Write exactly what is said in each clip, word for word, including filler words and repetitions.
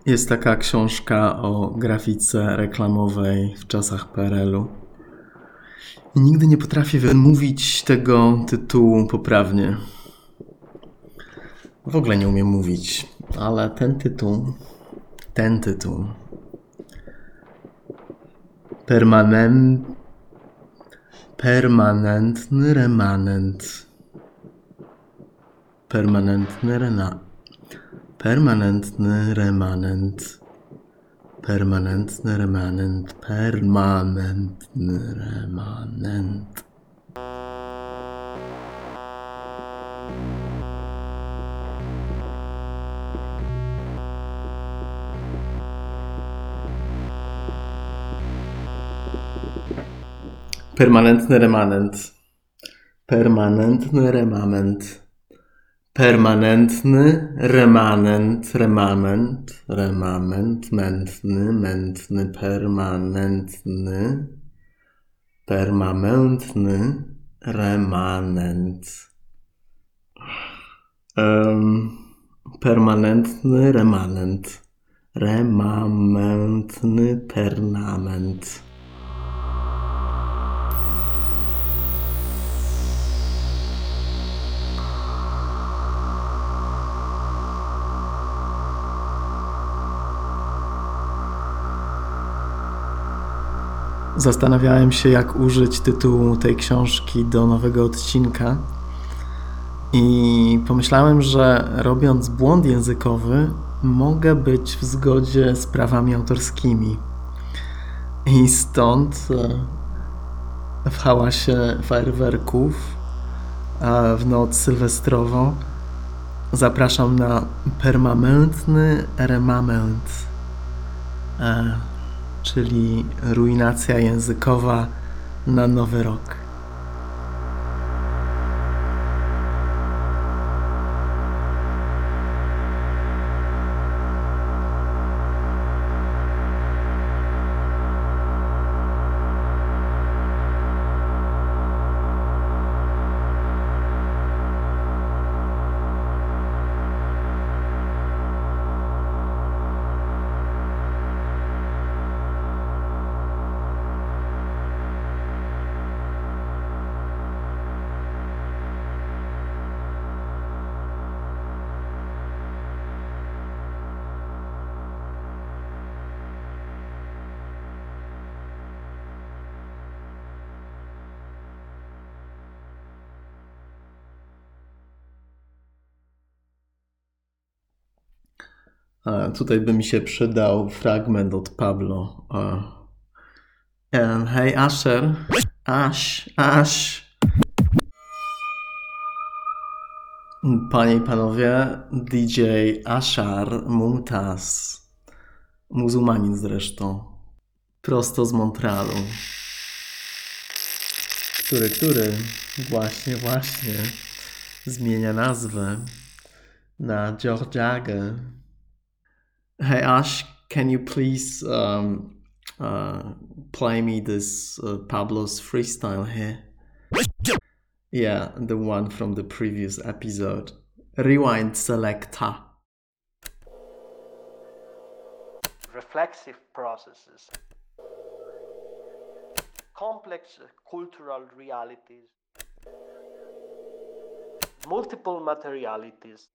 Jest taka książka o grafice reklamowej w czasach P R L-u. I nigdy nie potrafię wymówić tego tytułu poprawnie. W ogóle nie umiem mówić, ale ten tytuł, ten tytuł permanent, permanentny remanent, permanentny rena, permanentny remanent, permanentny remanent, permanentny remanent. Permanentny remanent. Permanentny remanent. Permanentny remanent. Remament. Remament. Mętny. Mętny. Permanentny. Permanentny remanent. Um, permanentny remanent. Remanentny permanent. Zastanawiałem się, jak użyć tytułu tej książki do nowego odcinka i pomyślałem, że robiąc błąd językowy mogę być w zgodzie z prawami autorskimi. I stąd w hałasie fajerwerków, a w noc sylwestrową zapraszam na permanentny remament, czyli ruinacja językowa na Nowy Rok. A tutaj by mi się przydał fragment od Pablo. Um, hej Asher, Ash, Ash. Panie i panowie, D J Ashar Mumtaz, muzułmanin zresztą, prosto z Montrealu, który, który właśnie, właśnie zmienia nazwę na Georgiagę. Hey Ash, can you please um, uh, play me this uh, Pablo's freestyle here? Yeah, the one from the previous episode. Rewind selector. Reflexive processes, complex cultural realities, multiple materialities.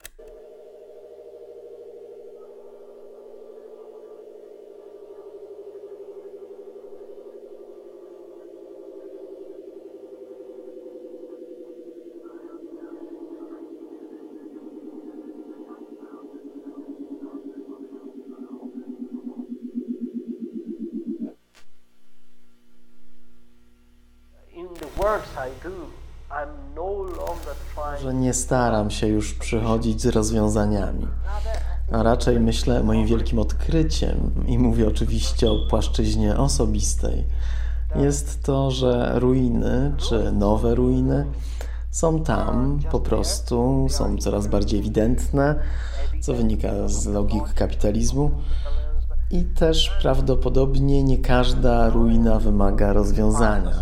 Że nie staram się już przychodzić z rozwiązaniami, a raczej myślę moim wielkim odkryciem, i mówię oczywiście o płaszczyźnie osobistej, jest to, że ruiny, czy nowe ruiny są tam, po prostu są coraz bardziej ewidentne, co wynika z logiki kapitalizmu. I też prawdopodobnie nie każda ruina wymaga rozwiązania.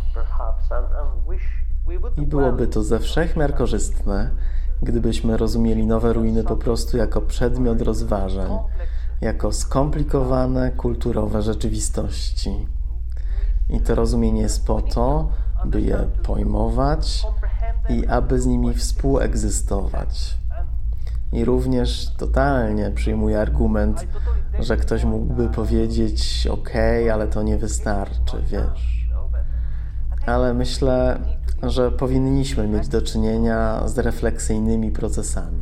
I byłoby to ze wszechmiar korzystne, gdybyśmy rozumieli nowe ruiny po prostu jako przedmiot rozważań, jako skomplikowane kulturowe rzeczywistości. I to rozumienie jest po to, by je pojmować i aby z nimi współegzystować. I również totalnie przyjmuję argument, że ktoś mógłby powiedzieć: okej, ale to nie wystarczy, wiesz. Ale myślę, że powinniśmy mieć do czynienia z refleksyjnymi procesami.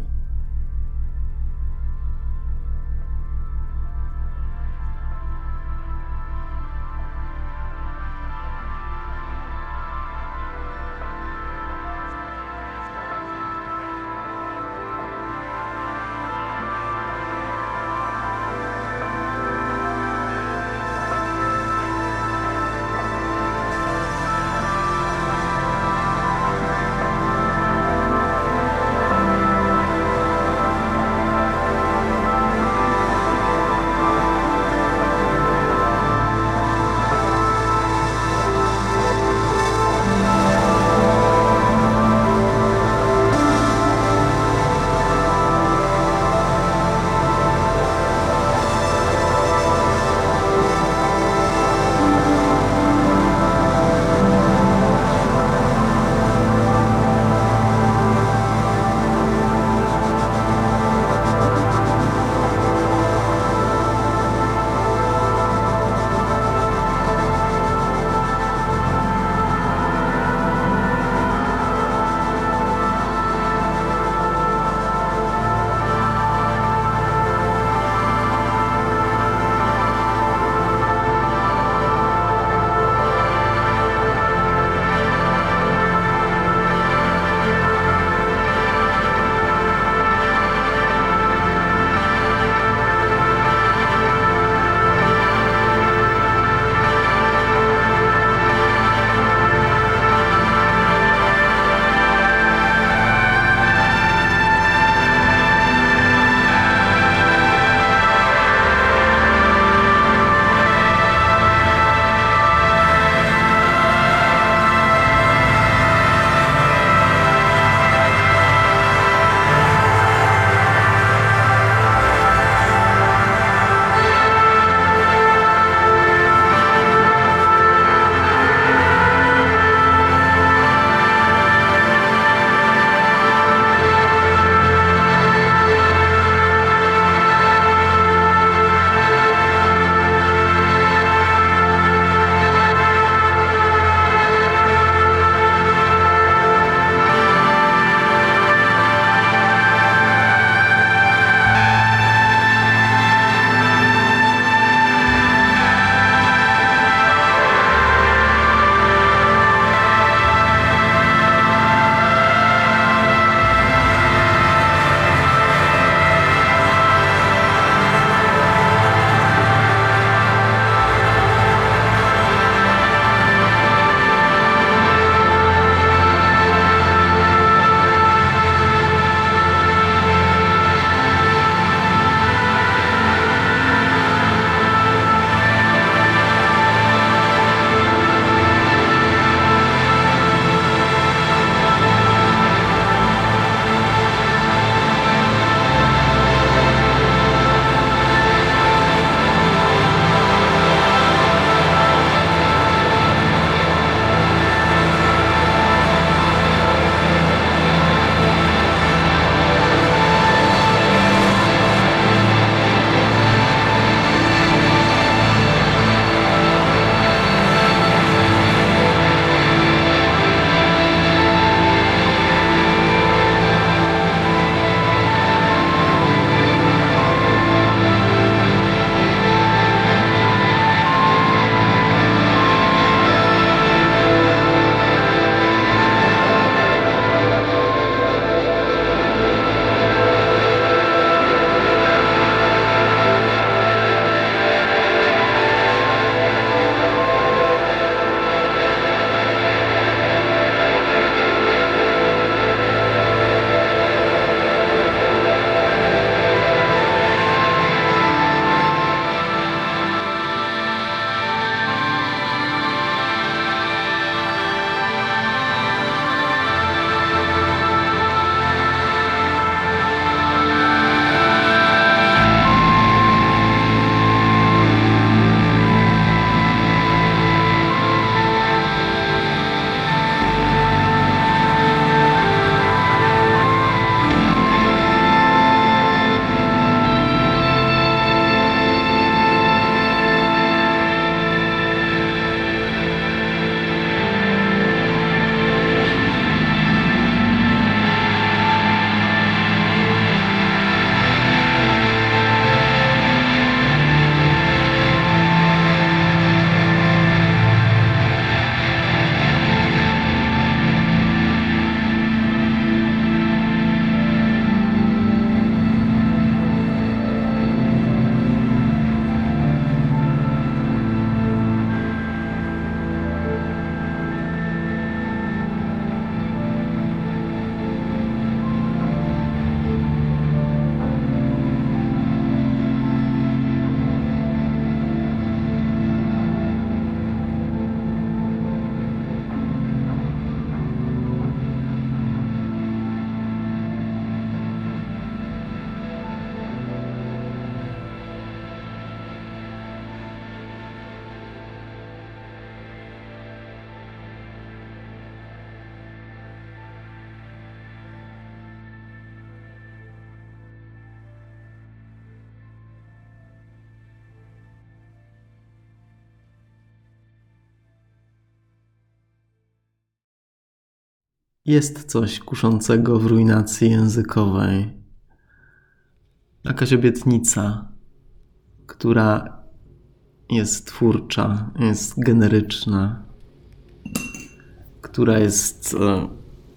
Jest coś kuszącego w ruinacji językowej. Jakaś obietnica, która jest twórcza, jest generyczna, która jest e,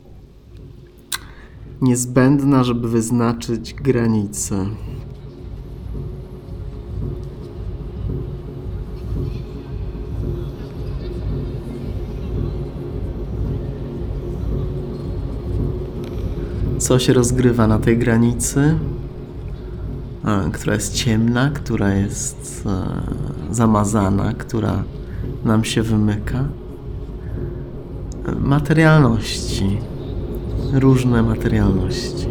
niezbędna, żeby wyznaczyć granice. Co się rozgrywa na tej granicy, e, która jest ciemna, która jest e, zamazana, która nam się wymyka? Materialności, różne materialności.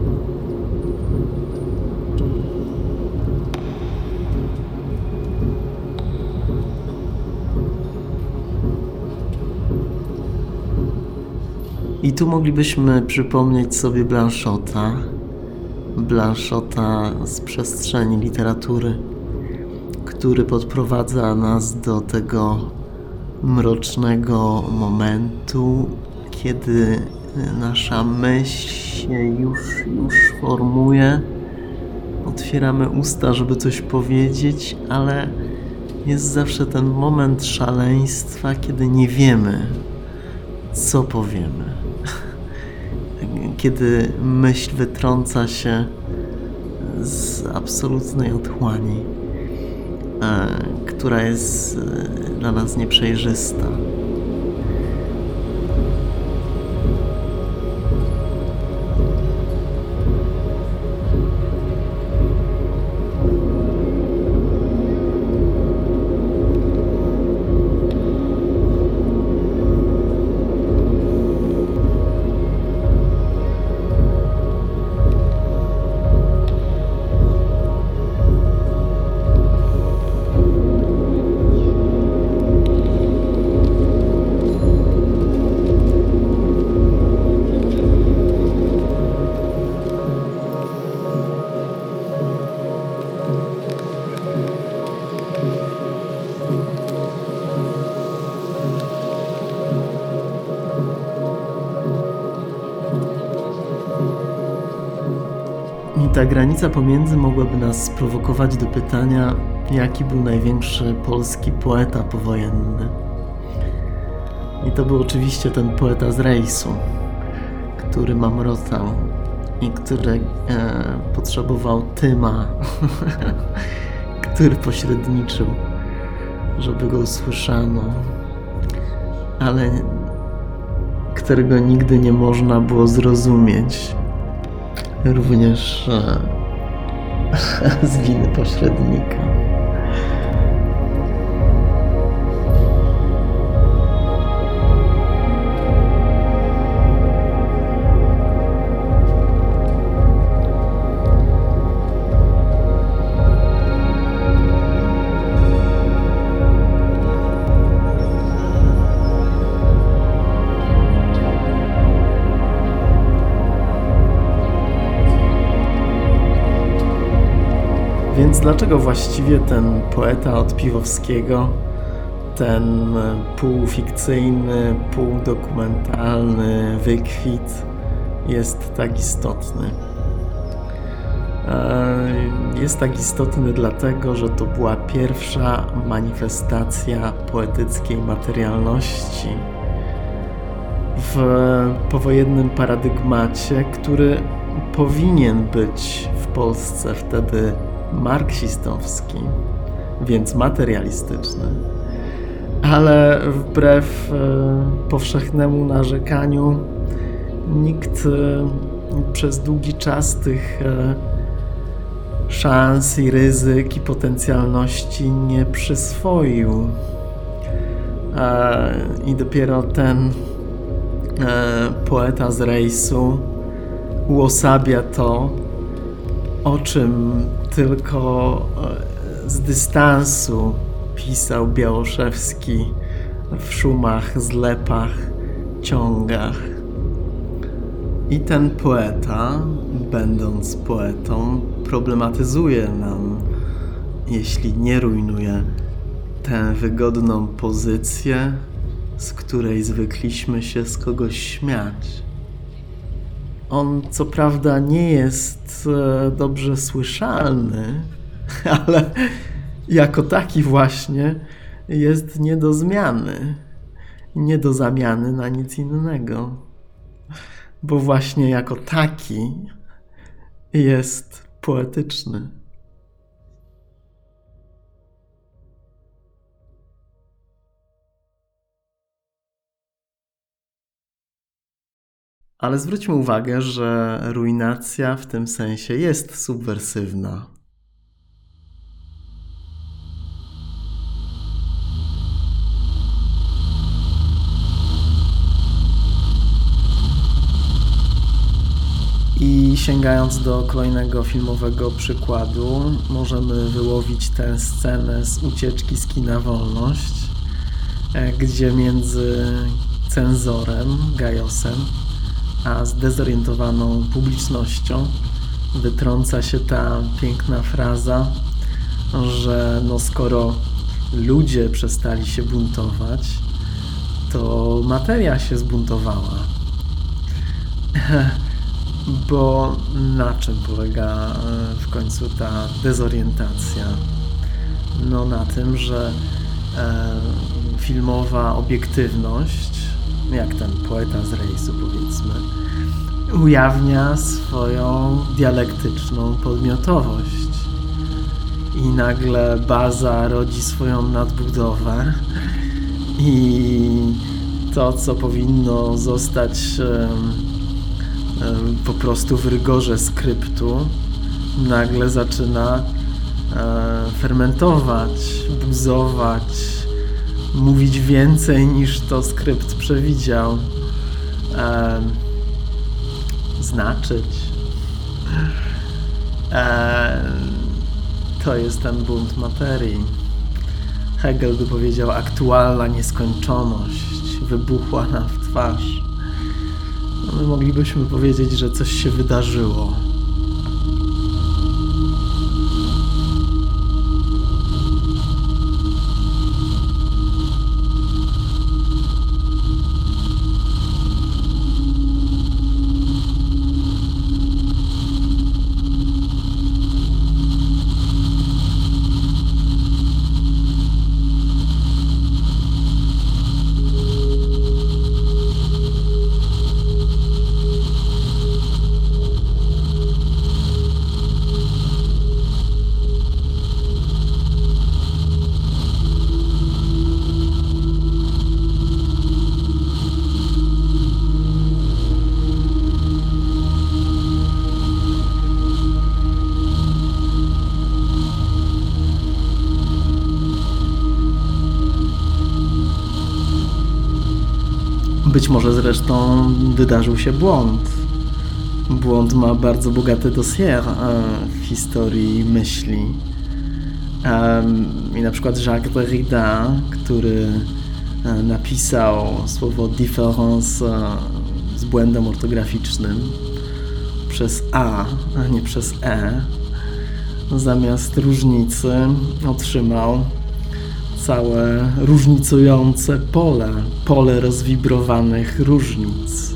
I tu moglibyśmy przypomnieć sobie Blanchota, Blanchota z przestrzeni literatury, który podprowadza nas do tego mrocznego momentu, kiedy nasza myśl się już, już formuje. Otwieramy usta, żeby coś powiedzieć, ale jest zawsze ten moment szaleństwa, kiedy nie wiemy, co powiemy. Kiedy myśl wytrąca się z absolutnej otchłani, e, która jest e, dla nas nieprzejrzysta. I ta granica pomiędzy mogłaby nas sprowokować do pytania, jaki był największy polski poeta powojenny. I to był oczywiście ten poeta z rejsu, który mamrotał i który e, potrzebował Tyma, który pośredniczył, żeby go usłyszano, ale którego nigdy nie można było zrozumieć. Również e, z winy pośrednika. Więc dlaczego właściwie ten poeta od Piwowskiego, ten półfikcyjny, półdokumentalny wykwit jest tak istotny? Jest tak istotny dlatego, że to była pierwsza manifestacja poetyckiej materialności w powojennym paradygmacie, który powinien być w Polsce wtedy marksistowski, więc materialistyczny, ale wbrew e, powszechnemu narzekaniu nikt e, przez długi czas tych e, szans i ryzyk i potencjalności nie przyswoił. E, I dopiero ten e, poeta z rejsu uosabia to, o czym tylko z dystansu pisał Białoszewski w Szumach, Zlepach, Ciągach. I ten poeta, będąc poetą, problematyzuje nam, jeśli nie rujnuje, tę wygodną pozycję, z której zwykliśmy się z kogoś śmiać. On co prawda nie jest e, dobrze słyszalny, ale jako taki właśnie jest nie do zmiany, nie do zamiany na nic innego. Bo właśnie jako taki jest poetyczny. Ale zwróćmy uwagę, że ruinacja w tym sensie jest subwersywna. I sięgając do kolejnego filmowego przykładu, możemy wyłowić tę scenę z ucieczki z kina Wolność, gdzie między cenzorem, Gajosem, a zdezorientowaną publicznością wytrąca się ta piękna fraza, że no skoro ludzie przestali się buntować, to materia się zbuntowała. Bo na czym polega w końcu ta dezorientacja? No na tym, że e, filmowa obiektywność, jak ten poeta z rejsu powiedzmy, ujawnia swoją dialektyczną podmiotowość. I nagle baza rodzi swoją nadbudowę i to, co powinno zostać e, po prostu w rygorze skryptu, nagle zaczyna e, fermentować, buzować, mówić więcej niż to skrypt przewidział, e, znaczyć. E, to jest ten bunt materii. Hegel by powiedział, aktualna nieskończoność wybuchła nam w twarz. My moglibyśmy powiedzieć, że coś się wydarzyło. Być może zresztą wydarzył się błąd. Błąd ma bardzo bogate dossier w historii myśli. I na przykład Jacques Derrida, który napisał słowo différence z błędem ortograficznym przez A, a nie przez E, zamiast różnicy otrzymał całe różnicujące pole, pole rozwibrowanych różnic,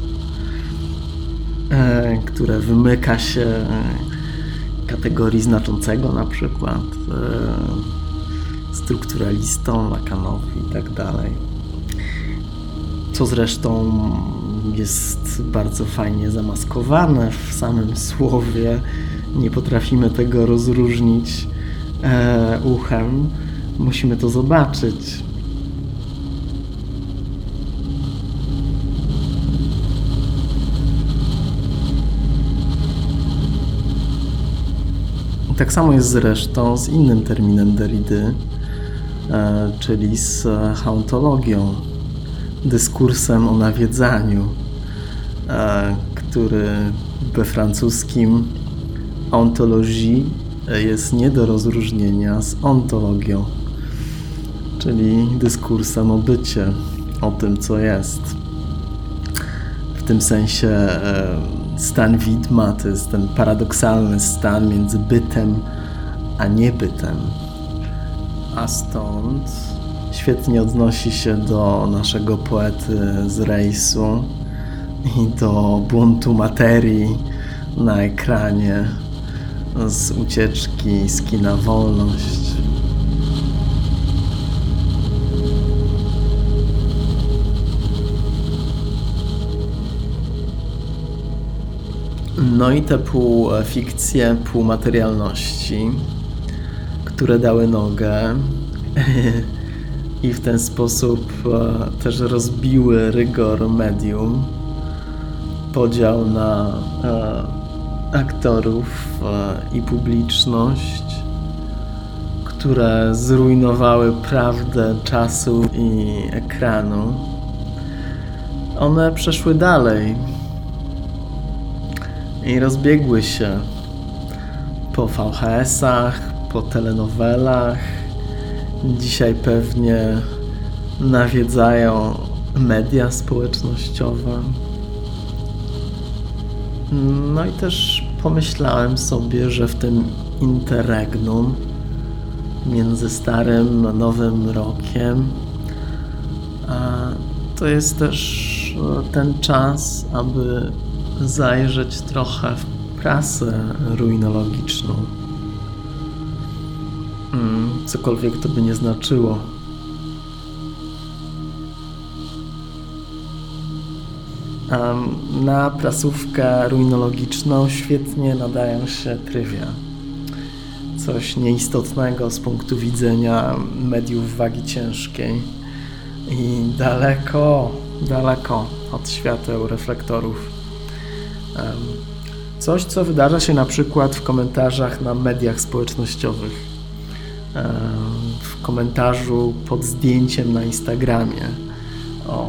e, które wymyka się kategorii znaczącego, na przykład e, strukturalistom, Lacanowi i tak dalej. Co zresztą jest bardzo fajnie zamaskowane w samym słowie. Nie potrafimy tego rozróżnić e, uchem. Musimy to zobaczyć. Tak samo jest zresztą z innym terminem Derrida, e, czyli z hauntologią, dyskursem o nawiedzaniu, e, który we francuskim ontologie jest nie do rozróżnienia z ontologią, czyli dyskursem o bycie, o tym, co jest. W tym sensie e, stan widma to jest ten paradoksalny stan między bytem a niebytem. A stąd świetnie odnosi się do naszego poety z rejsu i do buntu materii na ekranie z ucieczki z kina Wolność. No i te półfikcje, półmaterialności, które dały nogę i w ten sposób też rozbiły rygor medium, podział na aktorów i publiczność, które zrujnowały prawdę czasu i ekranu. One przeszły dalej i rozbiegły się po V H S-ach, po telenowelach. Dzisiaj pewnie nawiedzają media społecznościowe. No i też pomyślałem sobie, że w tym interregnum między starym a nowym rokiem a to jest też ten czas, aby zajrzeć trochę w prasę ruinologiczną. Cokolwiek to by nie znaczyło. Na prasówkę ruinologiczną świetnie nadają się trivia. Coś nieistotnego z punktu widzenia mediów wagi ciężkiej i daleko, daleko od świateł reflektorów. Coś, co wydarza się na przykład w komentarzach na mediach społecznościowych. W komentarzu pod zdjęciem na Instagramie. O.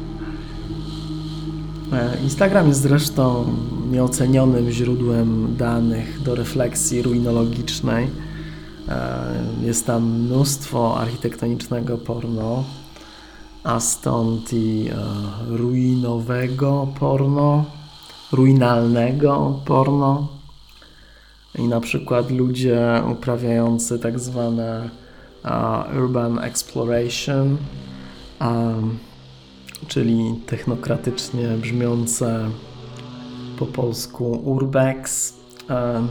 Instagram jest zresztą nieocenionym źródłem danych do refleksji ruinologicznej. Jest tam mnóstwo architektonicznego porno, a stąd i ruinowego porno, ruinalnego porno. I na przykład ludzie uprawiający tak zwane uh, urban exploration, um, czyli technokratycznie brzmiące po polsku urbex, um,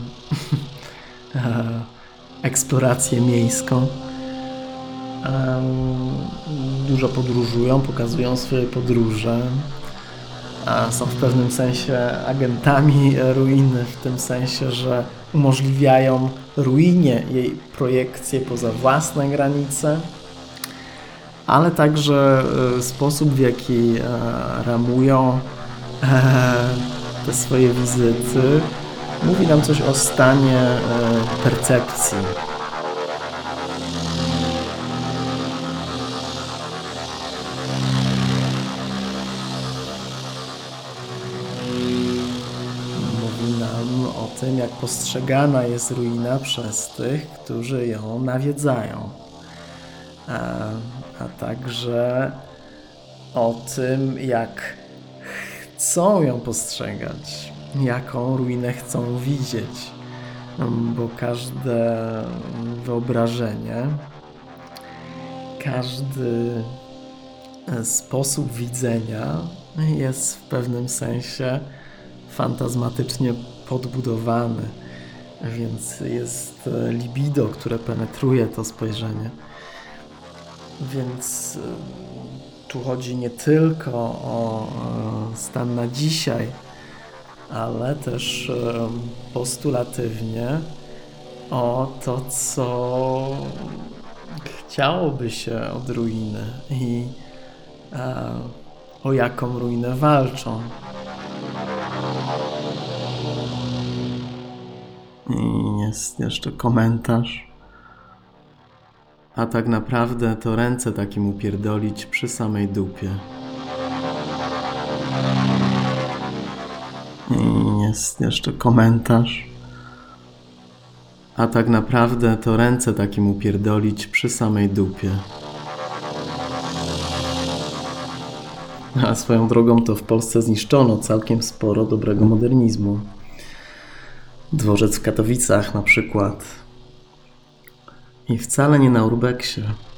eksplorację miejską. Um, dużo podróżują, pokazują swoje podróże. A są w pewnym sensie agentami ruiny, w tym sensie, że umożliwiają ruinie jej projekcję poza własne granice, ale także sposób, w jaki ramują te swoje wizyty, mówi nam coś o stanie percepcji. O tym, jak postrzegana jest ruina przez tych, którzy ją nawiedzają, a, a także o tym, jak chcą ją postrzegać, jaką ruinę chcą widzieć, bo każde wyobrażenie, każdy sposób widzenia jest w pewnym sensie fantazmatycznie podbudowany, więc jest libido, które penetruje to spojrzenie. Więc tu chodzi nie tylko o stan na dzisiaj, ale też postulatywnie o to, co chciałoby się od ruiny i o jaką ruinę walczą. I jest jeszcze komentarz. A tak naprawdę to ręce takim upierdolić przy samej dupie. I jest jeszcze komentarz. A tak naprawdę to ręce takim upierdolić przy samej dupie. A swoją drogą to w Polsce zniszczono całkiem sporo dobrego modernizmu. Dworzec w Katowicach na przykład. I wcale nie na urbexie.